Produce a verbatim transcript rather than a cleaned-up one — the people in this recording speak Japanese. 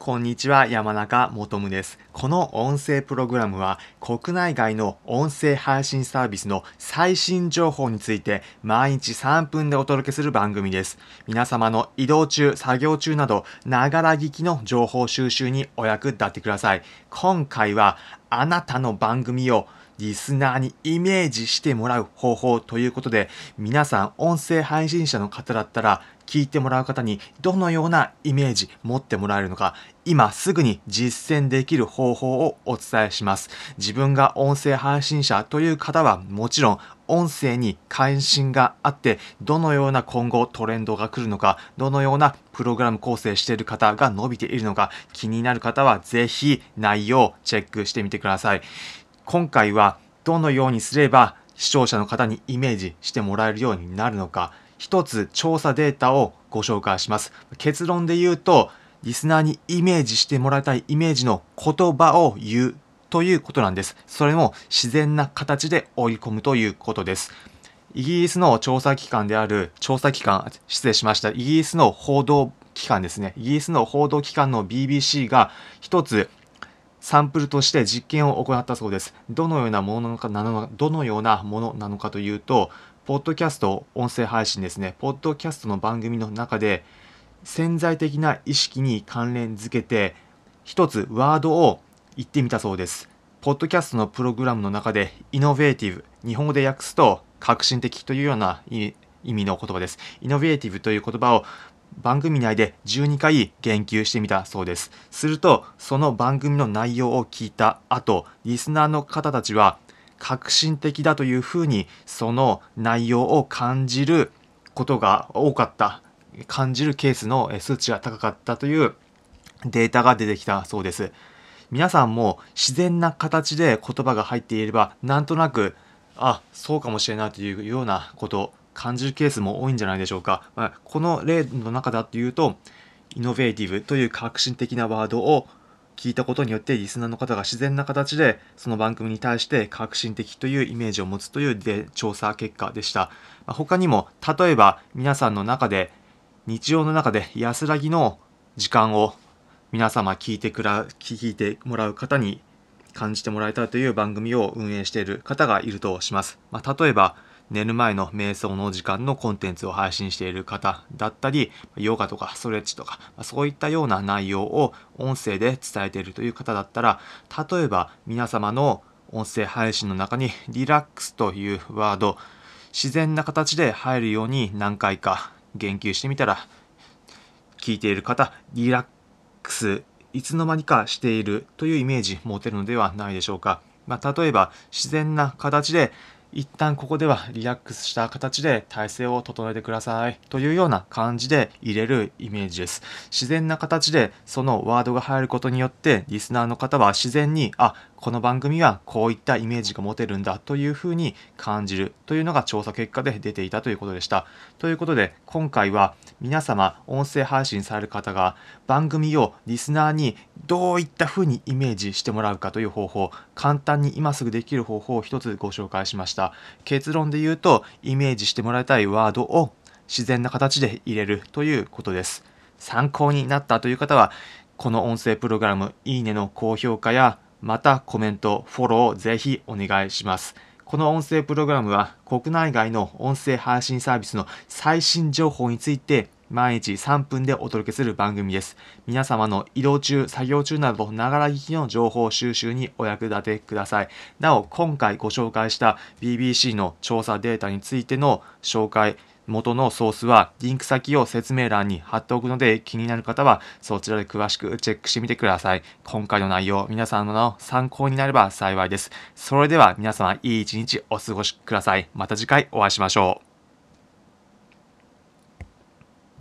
こんにちは、山中もとむです。この音声プログラムは国内外の音声配信サービスの最新情報について毎日さんぷんでお届けする番組です。皆様の移動中、作業中など、ながら聞きの情報収集にお役立てください。今回はあなたの番組をリスナーにイメージしてもらう方法ということで、皆さん音声配信者の方だったら聞いてもらう方にどのようなイメージ持ってもらえるのか、今すぐに実践できる方法をお伝えします。自分が音声配信者という方はもちろん音声に関心があって、どのような今後トレンドが来るのか、どのようなプログラム構成している方が伸びているのか、気になる方はぜひ内容をチェックしてみてください。今回はどのようにすれば視聴者の方にイメージしてもらえるようになるのか、一つ調査データをご紹介します。結論で言うと、リスナーにイメージしてもらいたいイメージの言葉を言うということなんです。それも自然な形で織り込むということです。イギリスの調査機関である、調査機関、失礼しました。イギリスの報道機関ですね。イギリスの報道機関の ビービーシー が一つサンプルとして実験を行ったそうです。どのようなものなのか、なのどのようなものなのかというと、ポッドキャスト、音声配信ですね。ポッドキャストの番組の中で、潜在的な意識に関連づけて、一つワードを言ってみたそうです。ポッドキャストのプログラムの中で、イノベーティブ、日本語で訳すと、革新的というような意味の言葉です。イノベーティブという言葉を番組内でじゅうにかい言及してみたそうです。すると、その番組の内容を聞いた後、リスナーの方たちは、革新的だというふうに、その内容を感じることが多かった、感じるケースの数値が高かったというデータが出てきたそうです。皆さんも自然な形で言葉が入っていれば、なんとなく、あ、そうかもしれないというようなこと、感じるケースも多いんじゃないでしょうか。まあ、この例の中だというと、イノベーティブという革新的なワードを聞いたことによってリスナーの方が自然な形でその番組に対して革新的というイメージを持つというで調査結果でした。まあ、他にも例えば皆さんの中で日常の中で安らぎの時間を皆様聞いてくら聞いてもらう方に感じてもらえたらという番組を運営している方がいるとします。まあ、例えば寝る前の瞑想の時間のコンテンツを配信している方だったり、ヨガとかストレッチとか、そういったような内容を音声で伝えているという方だったら、例えば皆様の音声配信の中にリラックスというワード、自然な形で入るように何回か言及してみたら、聞いている方、リラックス、いつの間にかしているというイメージ持てるのではないでしょうか。まあ、例えば自然な形で一旦ここではリラックスした形で体勢を整えてくださいというような感じで入れるイメージです。自然な形でそのワードが入ることによってリスナーの方は自然に、あ、この番組はこういったイメージが持てるんだというふうに感じるというのが調査結果で出ていたということでした。ということで今回は皆様音声配信される方が番組をリスナーにどういったふうにイメージしてもらうかという方法、簡単に今すぐできる方法を一つご紹介しました。結論で言うと、イメージしてもらいたいワードを自然な形で入れるということです。参考になったという方は、この音声プログラム、いいねの高評価や、またコメント、フォローをぜひお願いします。この音声プログラムは国内外の音声配信サービスの最新情報について毎日さんぷんでお届けする番組です。皆様の移動中、作業中などながら聞きの情報収集にお役立てください。なお、今回ご紹介した ビービーシー の調査データについての紹介、元のソースはリンク先を説明欄に貼っておくので、気になる方はそちらで詳しくチェックしてみてください。今回の内容、皆さんの参考になれば幸いです。それでは皆様いい一日お過ごしください。また次回お会いしましょう。